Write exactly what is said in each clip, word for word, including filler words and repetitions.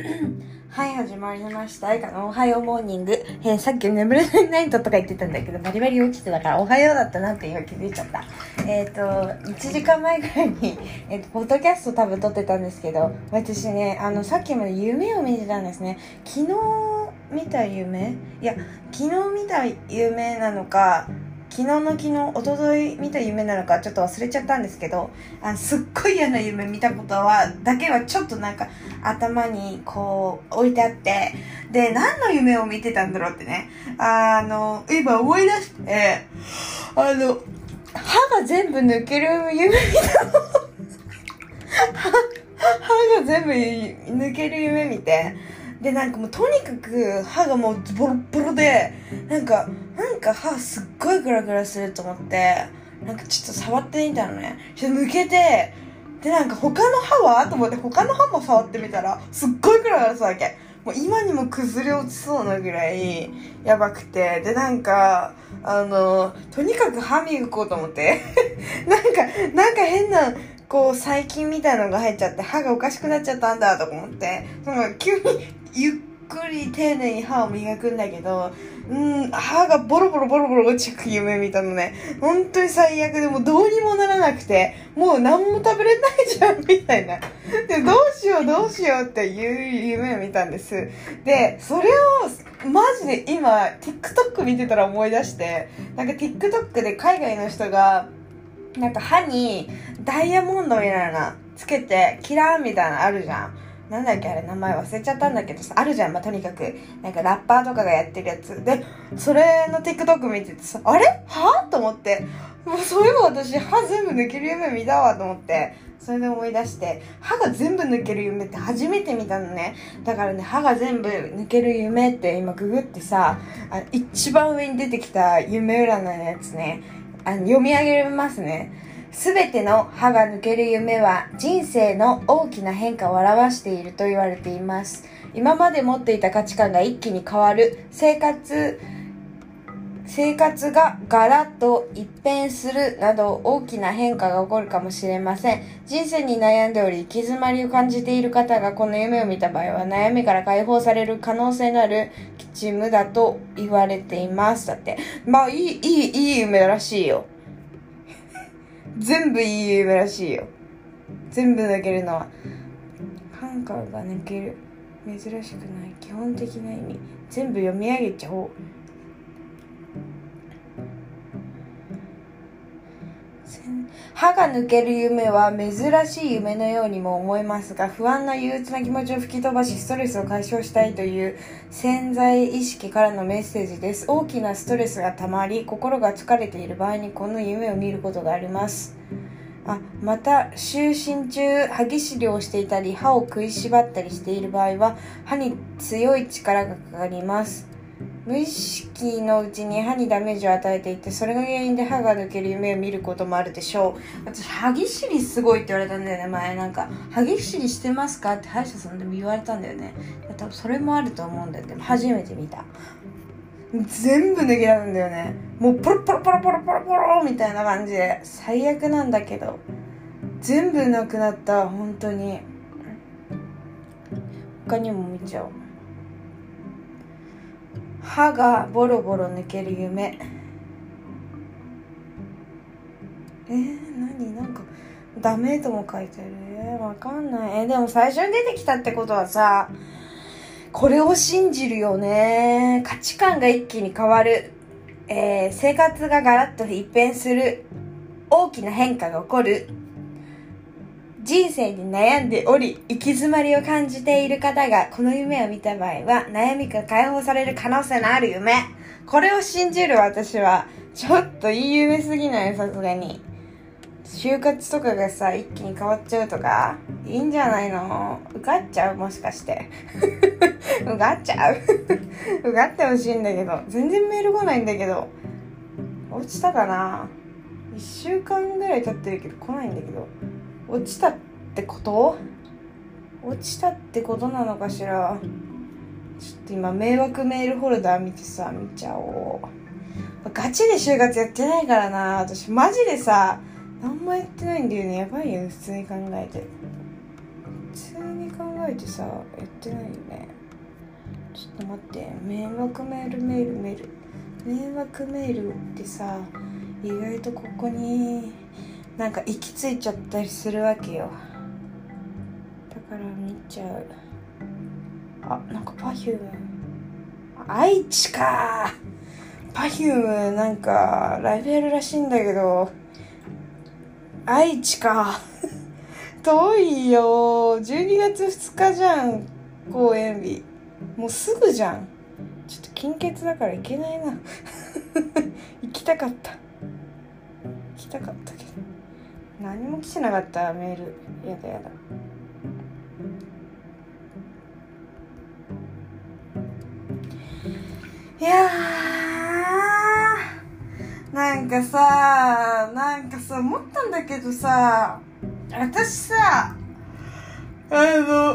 はい、始まりました。いかのおはようモーニング。えー、さっき眠れないナイトとか言ってたんだけど、バリバリ起きてたからおはようだったなって今気づいちゃった。えっ、ー、と、いちじかんまえぐらいに、えっ、ー、と、ポッドキャスト多分撮ってたんですけど、私ね、あの、さっきまで夢を見てたんですね。昨日見た夢いや、昨日見た夢なのか、昨日の昨日、一昨日見た夢なのかちょっと忘れちゃったんですけど、あすっごい嫌な夢見たことはだけはちょっとなんか頭にこう置いてあって、で何の夢を見てたんだろうってね、あの今思い出してあの歯が全部抜ける夢見たの歯が全部抜ける夢見て、でなんかもうとにかく歯がもうボロボロで、なんかなんか歯すっごいグラグラすると思って、なんかちょっと触ってみたのね。ちょっと抜けて、でなんか他の歯はと思って他の歯も触ってみたらすっごいグラグラするわけ。もう今にも崩れ落ちそうなぐらいやばくて、でなんかあのとにかく歯磨こうと思ってなんかなんか変なこう細菌みたいなのが入っちゃって歯がおかしくなっちゃったんだと思って、その急にゆっくり丁寧に歯を磨くんだけど、うん、歯がボロボロボロボロ落ちてく夢見たのね。本当に最悪で、もうどうにもならなくて、もう何も食べれないじゃんみたいな。で、どうしようどうしようっていう夢を見たんです。で、それをマジで今 TikTok 見てたら思い出して、なんか TikTok で海外の人がなんか歯にダイヤモンドみたいなつけてキラーみたいなのあるじゃん。なんだっけあれ、名前忘れちゃったんだけどさ、あるじゃん。まあ、とにかくなんかラッパーとかがやってるやつで、それの TikTok 見ててさ、あれはと思って、もうそういえば私歯全部抜ける夢見たわと思って、それで思い出して、歯が全部抜ける夢って初めて見たのね。だからね、歯が全部抜ける夢って今ググってさ、あ一番上に出てきた夢占いのやつね、あの読み上げますね。すべての歯が抜ける夢は人生の大きな変化を表していると言われています。今まで持っていた価値観が一気に変わる、生活、生活がガラッと一変するなど大きな変化が起こるかもしれません。人生に悩んでおり行き詰まりを感じている方がこの夢を見た場合は悩みから解放される可能性のある吉夢だと言われています。だって。まあいい、いい、いい夢らしいよ。全部いい夢らしいよ。全部抜けるのは感覚が抜ける、珍しくない基本的な意味、全部読み上げちゃおう。歯が抜ける夢は珍しい夢のようにも思えますが、不安な憂鬱な気持ちを吹き飛ばしストレスを解消したいという潜在意識からのメッセージです。大きなストレスがたまり心が疲れている場合にこの夢を見ることがあります。あまた就寝中歯ぎしりをしていたり歯を食いしばったりしている場合は歯に強い力がかかります。無意識のうちに歯にダメージを与えていて、それが原因で歯が抜ける夢を見ることもあるでしょう。私歯ぎしりすごいって言われたんだよね、前。なんか歯ぎしりしてますかって歯医者さんでも言われたんだよね。多分それもあると思うんだよ。でも初めて見た。全部抜けたんだよね。もうポロポロポロポロポロポロみたいな感じで最悪なんだけど全部なくなった。本当に他にも見ちゃおう。歯がボロボロ抜ける夢。えー、何なんかダメとも書いてある。えー、わかんない。えー、でも最初に出てきたってことはさ、これを信じるよね。価値観が一気に変わる、えー、生活がガラッと一変する、大きな変化が起こる、人生に悩んでおり行き詰まりを感じている方がこの夢を見た場合は悩みが解放される可能性のある夢。これを信じる私はちょっといい夢すぎない？さすがに就活とかがさ一気に変わっちゃうとかいいんじゃないの？受かっちゃう？もしかして受かっちゃう受かってほしいんだけど全然メール来ないんだけど。落ちたかな？いっしゅうかんぐらい経ってるけど来ないんだけど、落ちたってこと？落ちたってことなのかしら。ちょっと今迷惑メールフォルダー見てさ見ちゃおう。ガチで就活やってないからな私。マジでさ何もやってないんだよね。やばいよ普通に考えて。 普通に考えてさやってないよね。ちょっと待って、迷惑メールメールメール迷惑メールってさ、意外とここになんか行き着いちゃったりするわけよ。だから見ちゃう。あ、なんかパフューム、愛知か。パフュームなんかライブやるらしいんだけど、愛知か遠いよ。じゅうにがつふつかじゃん、公演日。もうすぐじゃん。ちょっと金欠だから行けないな行きたかった行きたかったけど何も来てなかった。メールやだやだ。いやー、なんかさなんかさ思ったんだけどさ、私さあの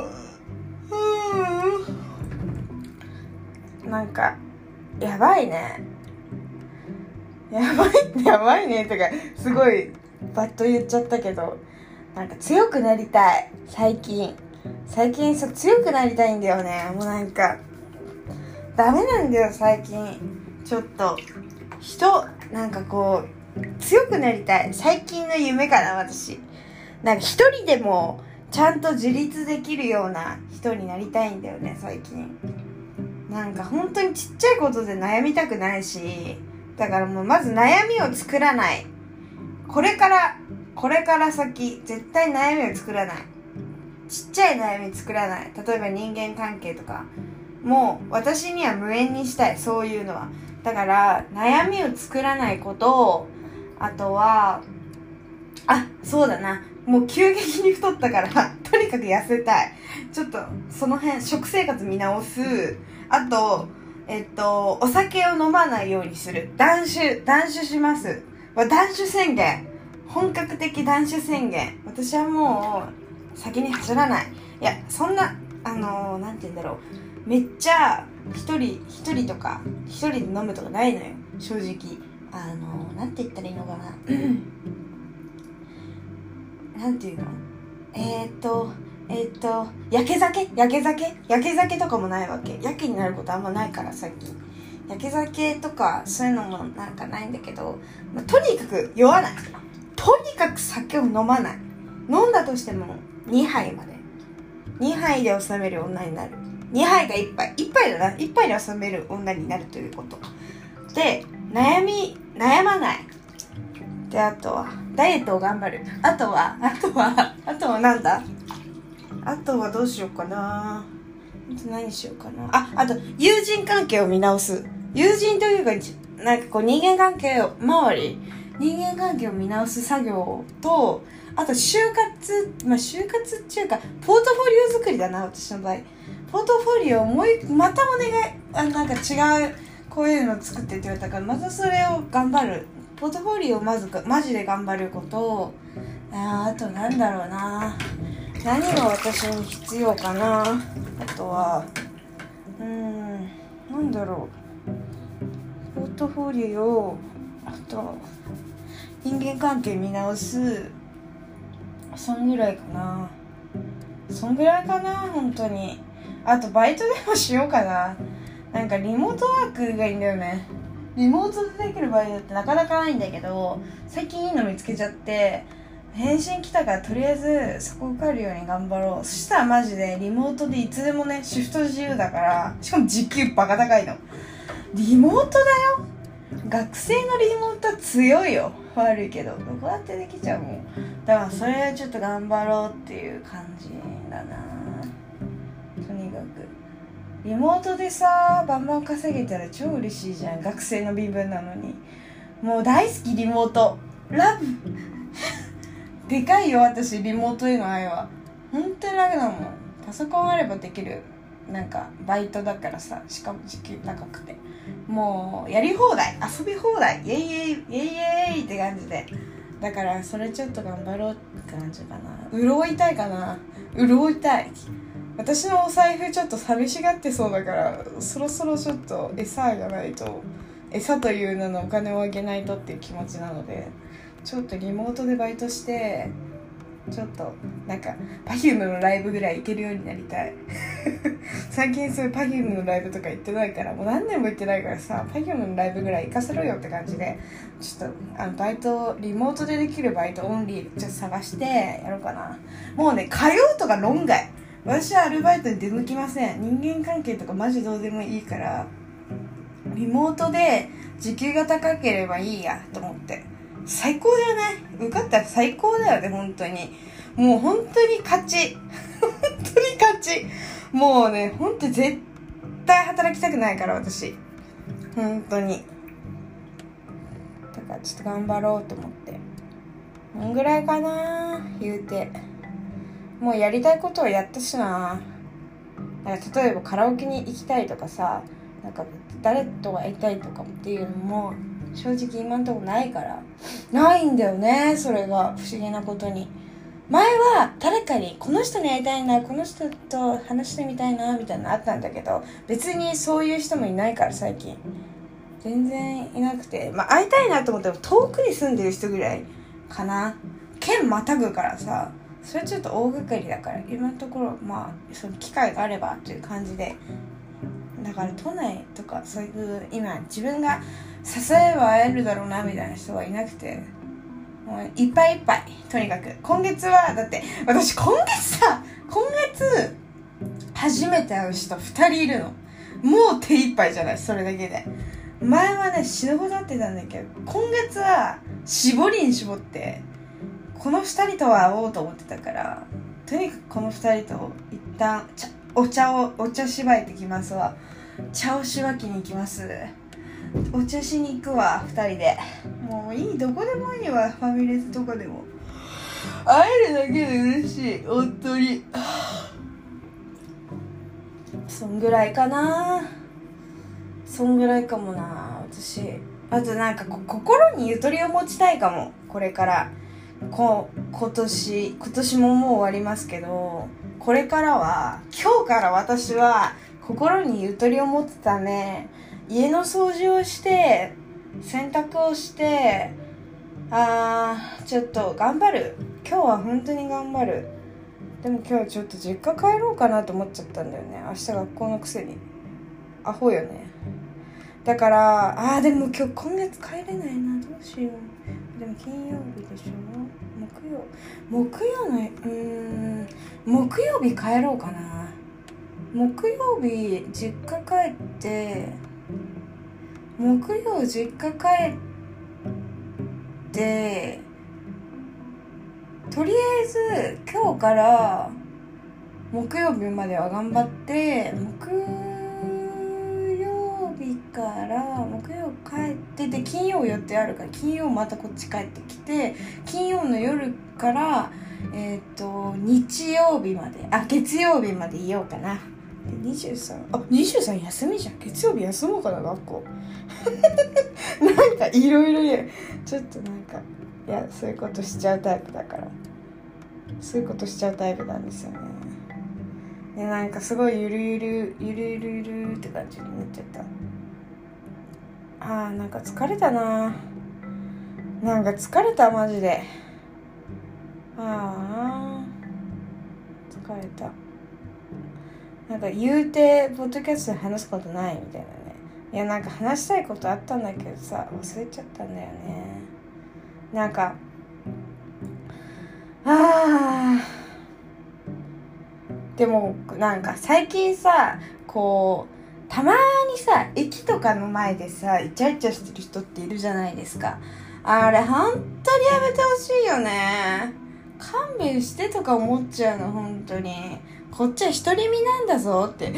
うんなんかやばいねやばいやばいねとかすごいバッと言っちゃったけど、なんか強くなりたい。最近最近さ強くなりたいんだよね。もうなんかダメなんだよ最近。ちょっと人なんかこう強くなりたい。最近の夢かな私。なんか一人でもちゃんと自立できるような人になりたいんだよね最近。なんか本当にちっちゃいことで悩みたくないし、だからもうまず悩みを作らない。これからこれから先絶対悩みを作らない。ちっちゃい悩み作らない。例えば人間関係とかもう私には無縁にしたい。そういうのはだから悩みを作らないことを、あとはあそうだな、もう急激に太ったからとにかく痩せたい。ちょっとその辺食生活見直す。あとえっとお酒を飲まないようにする。断酒断酒します。断酒宣言、本格的断酒宣言。私はもう先に走らない。いやそんなあのー、なんて言うんだろう、めっちゃ一人一人とか一人で飲むとかないのよ正直。あのー、なんて言ったらいいのかななんていうのえー、っとえー、っと焼け酒焼け酒焼け酒とかもないわけ。やけになることあんまないから最近。焼け酒とかそういうのもなんかないんだけど、まあ、とにかく酔わない。とにかく酒を飲まない。飲んだとしてもにはいまで。にはいで収める女になる。にはいがいっぱいいっぱいだな。いっぱいで収める女になるということで、悩み悩まない。で、あとはダイエットを頑張る。あとはあとはあとはなんだあとはどうしようかな。あと何しようかな。あ、あと友人関係を見直す。友人というかなんかこう人間関係を周り人間関係を見直す作業と、あと就活、まあ就活っていうかポートフォリオ作りだな私の場合。ポートフォリオをもう一またお願い。あ、なんか違うこういうの作ってって言われたから、またそれを頑張る。ポートフォリオをまずマジで頑張ること。あ, あとなんだろうな、何が私に必要かな。あとはうーんなんだろう、ポートフォリオ、あと人間関係見直す。そんぐらいかな。そんぐらいかな本当に。あとバイトでもしようかな。なんかリモートワークがいいんだよね。リモートでできるバイトってなかなかないんだけど、最近いいの見つけちゃって返信来たからとりあえずそこ受かるように頑張ろう。そしたらマジでリモートでいつでもね、シフト自由だから、しかも時給バカ高いの。リモートだよ。学生のリモートは強いよ。悪いけどどこだってできちゃうもん。だからそれをちょっと頑張ろうっていう感じだな。とにかくリモートでさバンバン稼げたら超嬉しいじゃん。学生の身分なのに。もう大好きリモートラブでかいよ私リモートへの愛は。本当に楽だもん。パソコンあればできる。なんかバイトだからさ、しかも時給高くてもうやり放題遊び放題イエイイエイイエイイエイって感じで、だからそれちょっと頑張ろうって感じかな。潤いたいかな。潤いたい。私のお財布ちょっと寂しがってそうだから、そろそろちょっと餌あげないと、餌という名のお金をあげないとっていう気持ちなので、ちょっとリモートでバイトしてちょっとなんか Perfume のライブぐらい行けるようになりたい最近そういう Perfume のライブとか行ってないから、もう何年も行ってないからさ、 Perfume のライブぐらい行かせろよって感じで、ちょっとあのバイト、リモートでできるバイトオンリーちょっと探してやろうかな。もうね、通うとか論外、私はアルバイトに出向きません。人間関係とかマジどうでもいいから、リモートで時給が高ければいいやと思って。最高だよね。受かったら最高だよね、本当に。もう本当に勝ち。本当に勝ち。もうね、本当に絶対働きたくないから、私。本当に。だからちょっと頑張ろうと思って。こんぐらいかな、言うて。もうやりたいことをやったしな。なんか例えばカラオケに行きたいとかさ、なんか誰と会いたいとかっていうのも正直今んとこないからないんだよね。それが不思議なことに、前は誰かにこの人に会いたいな、この人と話してみたいなみたいなのあったんだけど、別にそういう人もいないから最近全然いなくて、まあ会いたいなと思っても遠くに住んでる人ぐらいかな。県またぐからさ、それちょっと大掛かりだから、今のところまあその機会があればという感じで、だから都内とかそういう今自分が支えば会えるだろうなみたいな人はいなくて、もういっぱいいっぱい。とにかく今月はだって私今月さ今月初めて会う人ふたりいるの。もう手一杯じゃない、それだけで。前はね死ぬほど会ってたんだけど、今月は絞りに絞ってこのふたりとは会おうと思ってたから、とにかくこのふたりと一旦ちゃお茶をお茶しばいてきますわ。茶をしばきに行きます。お茶しに行くわ、ふたりで。もういい、どこでもいいわ、ファミレスとかでも。会えるだけで嬉しい、本当に。そんぐらいかな。そんぐらいかもな、私。あとなんかこ心にゆとりを持ちたいかも、これから。こ今年今年ももう終わりますけど、これからは今日から私は心にゆとりを持つため、家の掃除をして洗濯をして、あーちょっと頑張る。今日は本当に頑張る。でも今日ちょっと実家帰ろうかなと思っちゃったんだよね。明日学校のくせにアホよね。だからあーでも今日今月帰れないな、どうしよう。でも金曜日でしょ、木曜木曜のうーん木曜日帰ろうかな。木曜日実家帰って、木曜実家帰ってとりあえず今日から木曜日までは頑張って、木曜日から木曜帰ってで、金曜予定あるから金曜またこっち帰ってきて、金曜の夜からえっと日曜日まで、あ月曜日までいようかな。にじゅうさん、あにじゅうさん休みじゃん。月曜日休もうかな、学校なんかいろいろ言う。ちょっとなんかいや、そういうことしちゃうタイプだから、そういうことしちゃうタイプなんですよね。でなんかすごいゆるゆるゆるゆるゆるって感じになっちゃった。あーなんか疲れたな。なんか疲れたマジで。あー疲れた。なんか言うてポッドキャストで話すことないみたいなね。いやなんか話したいことあったんだけどさ、忘れちゃったんだよね。なんかあーでもなんか最近さ、こうたまにさ駅とかの前でさイチャイチャしてる人っているじゃないですか。あれ本当にやめてほしいよね。勘弁してとか思っちゃうの、本当に。こっちは独り身なんだぞって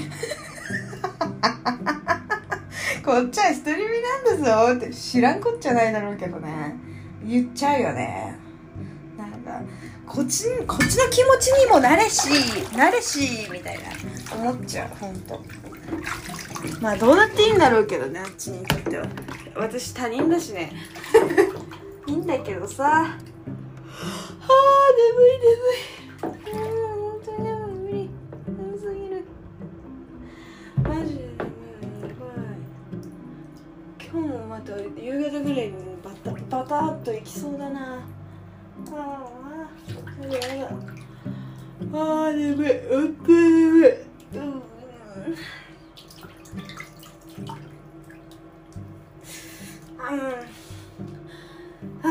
こっちは独り身なんだぞって知らんこっちゃないだろうけどね、言っちゃうよね。なんかこっちこっちの気持ちにもなれしなれしみたいな思っちゃう、ほんと。まあどうだっていいんだろうけどね、あっちにとっては。私他人だしねいいんだけどさ。はあ眠い眠い、うん本当に眠い、無理、眠すぎる、マジで眠い、やばい。今日もまた夕方ぐらいにバタバタっと行きそうだな。ああやだ。 あー眠い、うっと眠い、うん、は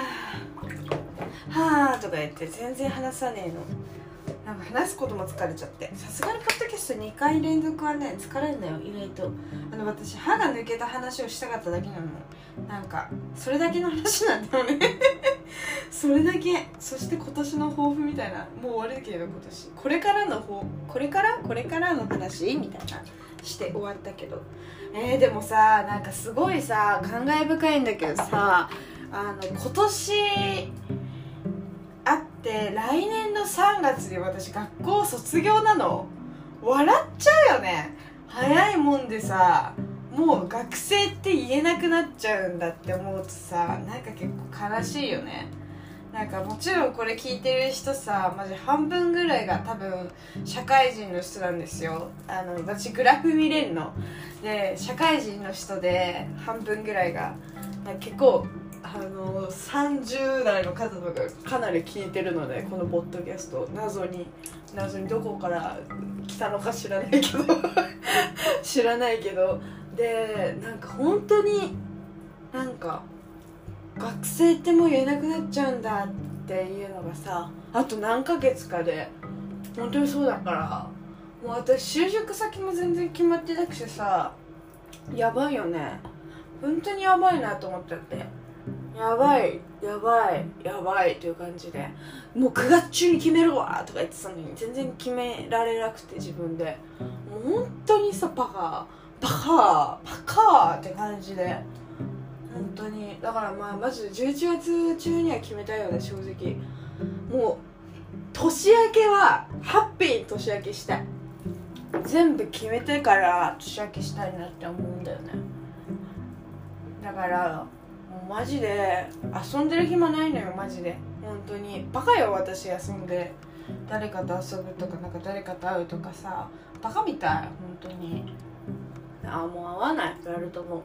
あはあとか言って全然話さねえの。なんか話すことも疲れちゃって、さすがにポッドキャストにかい連続はね疲れるんだよ意外と。あの私歯が抜けた話をしたかっただけなの。なんかそれだけの話なんだよねそれだけ。そして今年の抱負みたいな、もう終わるけど今年これからの抱これからこれからの話みたいなして終わったけど、えー、でもさなんかすごいさ感慨深いんだけどさ、あの今年あって来年のさんがつに私学校卒業なの。笑っちゃうよね。早いもんでさもう学生って言えなくなっちゃうんだって思うとさ、なんか結構悲しいよね。なんかもちろんこれ聞いてる人さマジ半分ぐらいが多分社会人の人なんですよ。あの私グラフ見れるので社会人の人で半分ぐらいが結構あのさんじゅう代の方とかかなり聞いてるので、このポッドキャスト謎に謎にどこから来たのか知らないけど知らないけどで、なんか本当になんか学生ってもう言えなくなっちゃうんだっていうのがさ、あと何ヶ月かで本当にそうだから、もう私就職先も全然決まってなくてさ、やばいよね。本当にやばいなと思っちゃって、やばいやばいやばいという感じで、もうくがつ中に決めるわとか言ってたのに全然決められなくて、自分でもう本当にさバカバカバカって感じで、本当にだからまあまずじゅういちがつ中には決めたいよね正直。もう年明けはハッピーに年明けしたい。全部決めてから年明けしたいなって思うんだよね。だからもうマジで遊んでる暇ないのよマジで。本当にバカよ私。遊んで誰かと遊ぶとかなんか誰かと会うとかさバカみたい本当に。あもう会わないやると思う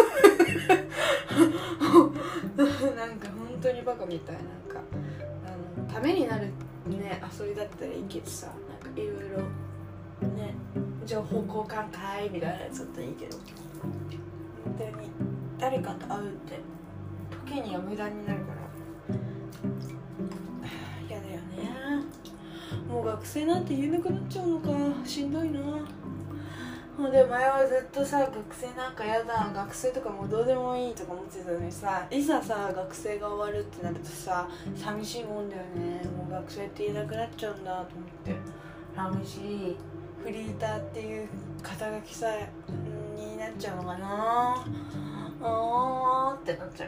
なんか本当にバカみたい。なんかあのためになるね遊びだったらいいけどさ、なんかいろいろね情報交換会みたいなやつだったらいいけど、本当に誰かと会うって時には無駄になるから嫌だよね。もう学生なんて言えなくなっちゃうのか、しんどいな。で前はずっとさ学生なんかやだ、学生とかもうどうでもいいとか思ってたのにさ、いざさ学生が終わるってなるとさ寂しいもんだよね。もう学生って言えなくなっちゃうんだと思って寂しい。フリーターっていう肩書きさになっちゃうのかなあーってなっちゃう。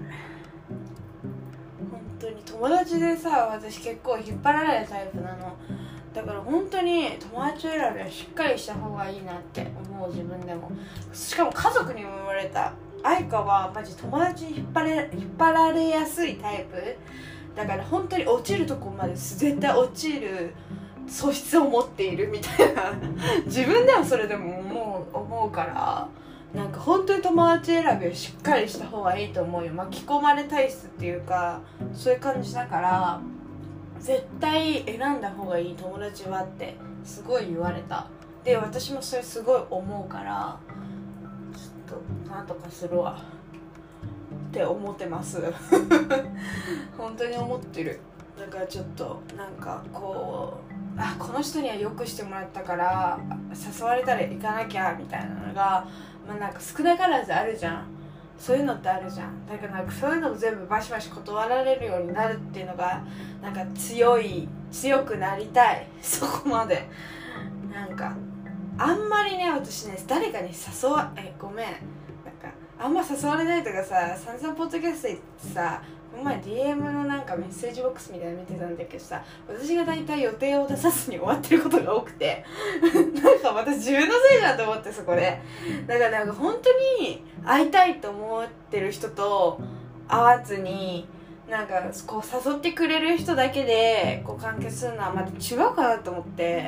本当に友達でさ私結構引っ張られるタイプなの。だから本当に友達選びはしっかりした方がいいなって思う自分でも。しかも家族にも言われた。愛花はマジ友達に引っ張れ引っ張られやすいタイプだから、本当に落ちるとこまで絶対落ちる素質を持っているみたいな自分でもそれでも思う思うから、なんか本当に友達選びをしっかりした方がいいと思うよ。巻き込まれ体質っていうかそういう感じだから、絶対選んだ方がいい友達はってすごい言われた。で私もそれすごい思うから、ちょっとなんとかするわって思ってます本当に思ってる。だからちょっとなんかこうあこの人にはよくしてもらったから誘われたら行かなきゃみたいなのが、まあ、なんか少なからずあるじゃん。そういうのってあるじゃん。だからなんかそういうのを全部バシバシ断られるようになるっていうのがなんか強い強くなりたいそこまで。なんかあんまりね私ね誰かに誘わえごめんなんかあんま誘われないとかさ、散々ポッドキャスト行ってさこの前 ディーエム のなんかメッセージボックスみたいなの見てたんだけどさ、私が大体予定を出さずに終わってることが多くてなんか私自分のせいじゃんと思って、そこでだからなんか本当に会いたいと思ってる人と会わずになんかこう誘ってくれる人だけでこう完結するのはまた違うかなと思って、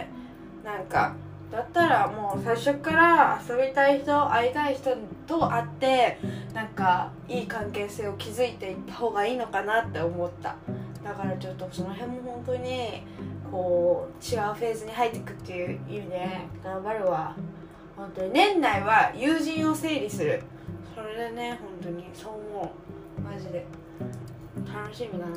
なんかだったらもう最初から遊びたい人会いたい人と会ってなんかいい関係性を築いていった方がいいのかなって思った。 だからちょっとその辺も本当にこう違うフェーズに入っていくっていう意味で頑張るわ。本当に年内は友人を整理する。それでね、本当にそう思う。マジで楽しみだな。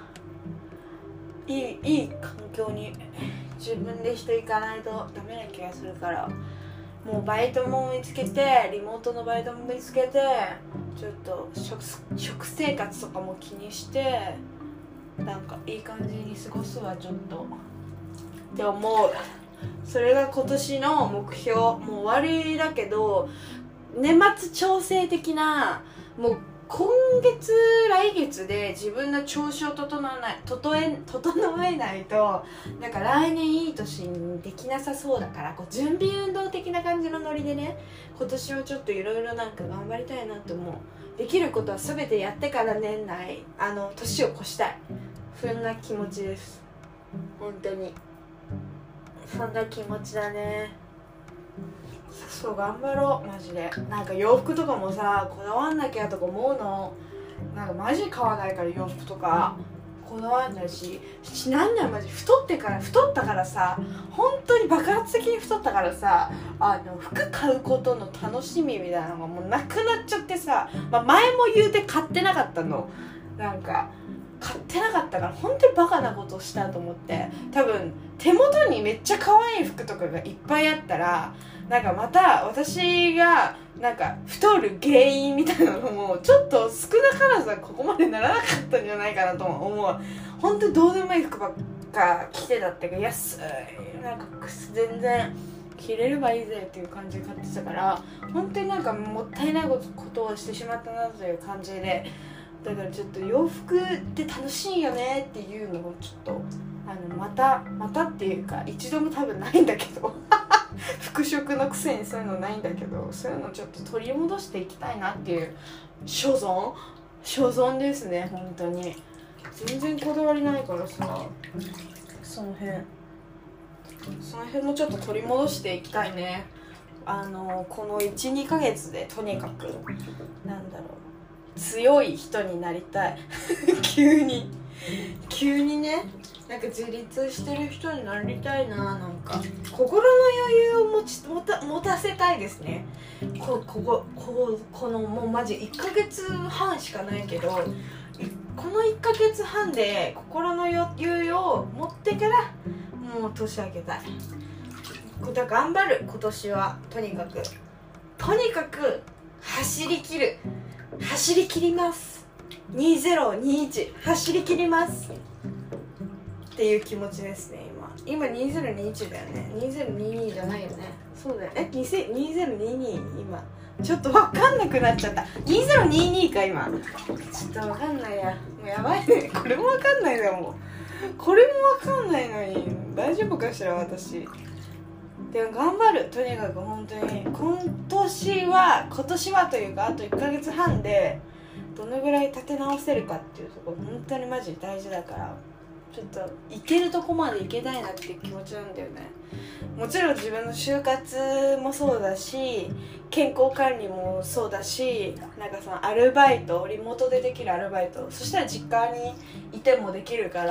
いいいい環境に自分でしていかないとダメな気がするから、もうバイトも見つけて、リモートのバイトも見つけて、ちょっと 食, 食生活とかも気にして、なんかいい感じに過ごすわ、ちょっとって思う。それが今年の目標。もう終わりだけど、年末調整的な、もう今月来月で自分の調子を整えない整え整えないと、なんか来年いい年にできなさそうだから、こう準備運動的な感じのノリでね、今年はちょっといろいろなんか頑張りたいなと思う。できることは全てやってから年内あの年を越したい、そんな気持ちです。本当にそんな気持ちだね。そう頑張ろうマジで。なんか洋服とかもさ、こだわんなきゃとか思うの。なんかマジ買わないから洋服とかこだわんないし、なんだよマジ太ってから太ったからさ、本当に爆発的に太ったからさ、あの服買うことの楽しみみたいなのがもうなくなっちゃってさ、まあ、前も言うて買ってなかったの。なんか買ってなかったから本当にバカなことをしたと思って、多分手元にめっちゃ可愛い服とかがいっぱいあったら、なんかまた私がなんか太る原因みたいなのもちょっと少なからずここまでならなかったんじゃないかなと思う。本当にどうでもいい服ばっか着てたっていうか、安いなんか全然着れればいいぜっていう感じで買ってたから、本当になんかもったいないことをしてしまったなという感じで、だからちょっと洋服って楽しいよねっていうのをちょっとあのまたまたっていうか一度も多分ないんだけど服飾のくせにそういうのないんだけど、そういうのちょっと取り戻していきたいなっていう所存所存ですね。本当に全然こだわりないからさ、その辺その辺もちょっと取り戻していきたいね。あのこの いちにかげつでとにかくなんだろう、強い人になりたい急に急にね、なんか自立してる人になりたいな。なんか心の余裕を持ち持た持たせたいですね。こここここのもうマジいっかげつはんしかないけど、このいっかげつはんで心の余裕を持ってからもう年明けたい。だ頑張る今年は。とにかくとにかく走り切る走り切ります。にせんにじゅういち走り切りますっていう気持ちですね。今今にせんにじゅういちだよね。にせんにじゅうにじゃないよね。そうだよ。えにせんにじゅうに今ちょっと分かんなくなっちゃった。にせんにじゅうにか今ちょっと分かんないや。もうやばいね。これも分かんないだもん。これも分かんないのに大丈夫かしら私。でも頑張る。とにかく本当に今年は今年はというかあといっかげつはんでどのぐらい立て直せるかっていうところ本当にマジ大事だから、ちょっと行けるとこまで行けたいなっていう気持ちなんだよね。もちろん自分の就活もそうだし、健康管理もそうだし、なんかそのアルバイト、リモートでできるアルバイト、そしたら実家にいてもできるから、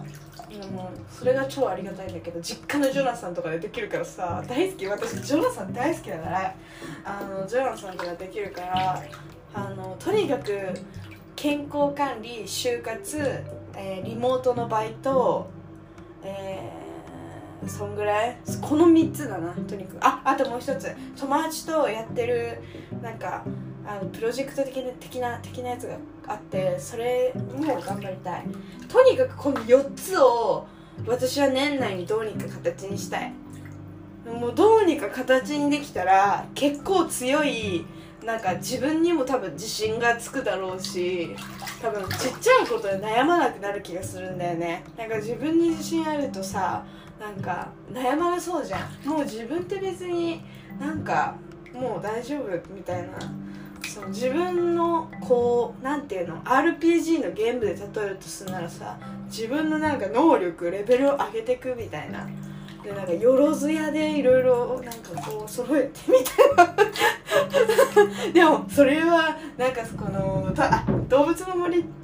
もうそれが超ありがたいんだけど、実家のジョナサンとかでできるからさ、大好き。私ジョナサン大好きだから、あのジョナサンとかできるから、あのとにかく健康管理、就活、えー、リモートのバイト、えー、そんぐらい、このみっつだな。とにかくああともう一つ、友達とやってるなんかあのプロジェクト的な的な的なやつがあって、それも頑張りたい。とにかくこのよっつを私は年内にどうにか形にしたい。もうどうにか形にできたら結構強い、なんか自分にも多分自信がつくだろうし、多分ちっちゃいことで悩まなくなる気がするんだよね。なんか自分に自信あるとさ、なんか悩まなそうじゃん。もう自分って別になんかもう大丈夫みたいな、その自分のこうなんていうの アールピージー のゲームで例えるとするならさ、自分のなんか能力レベルを上げていくみたいな。でなんかよろずやでいろいろなんかこう揃えてみたいなでもそれはなんかこのあ動物の森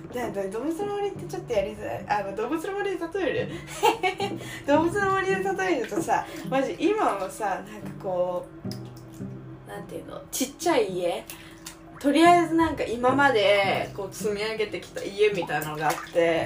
で動物の森ってちょっとやりづらい。あ、動物の森で例える動物の森で例えるとさ、マジ今もさ、なんかこうなんていうの、ちっちゃい家、とりあえずなんか今までこう積み上げてきた家みたいなのがあって、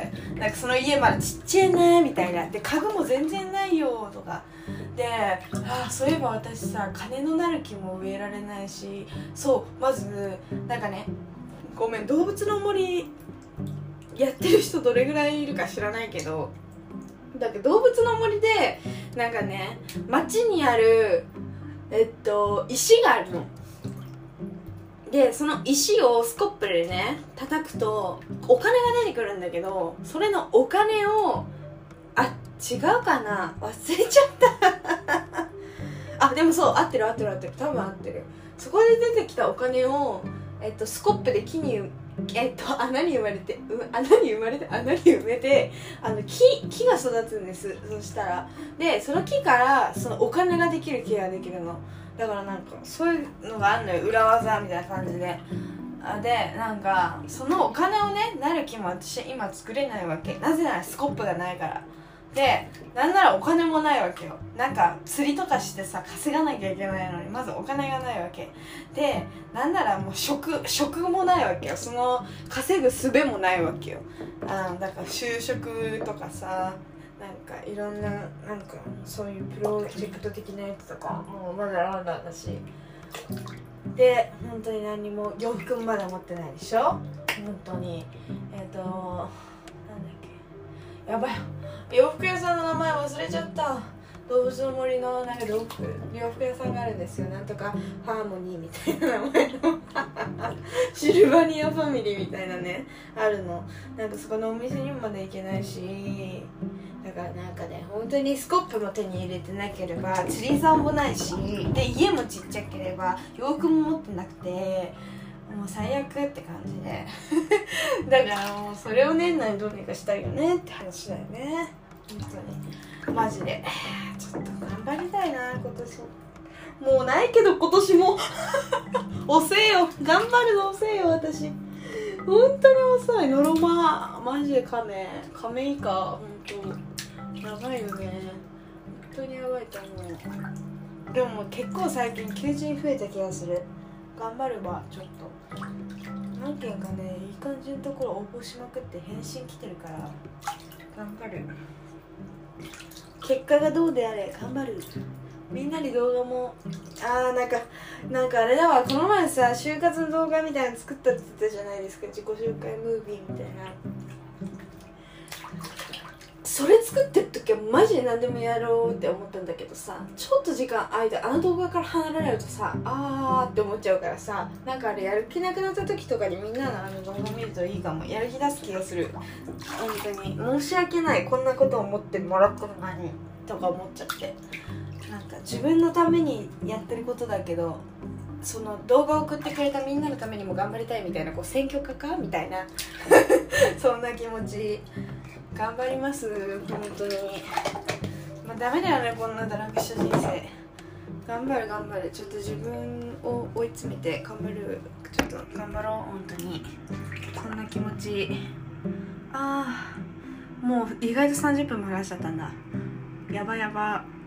なんかその家まだちっちゃいねみたいな、で家具も全然ないよとかで、ああそういえば私さ金のなる木も植えられないし、そうまずなんかね、ごめん、動物の森やってる人どれぐらいいるか知らないけど、だけど動物の森でなんかね、町にあるえっと石があるので、その石をスコップでね叩くとお金が出てくるんだけど、それのお金を、あ、違うかな、忘れちゃったあ、でもそう合ってる合ってる合ってる、多分合ってる。そこで出てきたお金を、えっと、スコップで木に、えっと、穴に生まれてう穴に生まれて穴に埋めて、あの 木, 木が育つんです。そしたらでその木からそのお金ができる木ができるのだから、なんかそういうのがあるのよ、裏技みたいな感じで。あでなんかそのお金をねなる木も私今作れないわけ。なぜならスコップがないから。でなんならお金もないわけよ。なんか釣りとかしてさ稼がなきゃいけないのに、まずお金がないわけで、なんならもう職職もないわけよ。その稼ぐ術もないわけよ。あだから就職とかさ、なんかいろんななんかそういうプロジェクト的なやつとかもうまだまだだし、で本当に何も洋服もまだ持ってないでしょ。本当にえっ、ー、となんだっけ、やばい、洋服屋さんの名前忘れちゃった。動物の森のなんか洋服洋服屋さんがあるんですよ。なんとかハーモニーみたいな名前のシルバニアファミリーみたいなねあるの。なんかそこのお店にもまだ行けないし、だからなんかね、本当にスコップも手に入れてなければ釣り竿もないし、で家もちっちゃければ洋服も持ってなくて、もう最悪って感じでだからもうそれを年内にどうにかしたいよねって話だよね。本当にマジでちょっと頑張りたいな今年。もうないけど今年も遅えよ、頑張るの遅えよ私、本当に遅い。ノロママジでカメカメ以下、本当やばいよね、本当にやばいと思う。でも結構最近求人増えた気がする。頑張るわ。ちょっと何件かねいい感じのところ応募しまくって返信来てるから頑張る。結果がどうであれ頑張る。みんなに動画も、あーなんかなんかあれだわ、この前さ就活の動画みたいなの作ったって言ったじゃないですか、自己紹介ムービーみたいな。それ作ってる時はマジで何でもやろうって思ったんだけどさ、ちょっと時間空いてあの動画から離れるとさ、あーって思っちゃうからさ、なんかあれやる気なくなった時とかにみんなのあの動画見るといいかも。やる気出す気がする。本当に申し訳ない、こんなことを思ってもらったのにとか思っちゃって、なんか自分のためにやってることだけど、その動画を送ってくれたみんなのためにも頑張りたいみたいな、こう選挙家かみたいなそんな気持ち。頑張ります本当に。まあダメだよねこんな堕落した人生。頑張る頑張る。ちょっと自分を追い詰めて頑張る。ちょっと頑張ろう本当に。そんな気持ち。ああもう意外とさんじゅっぷんも話しちゃったんだ。やばやば。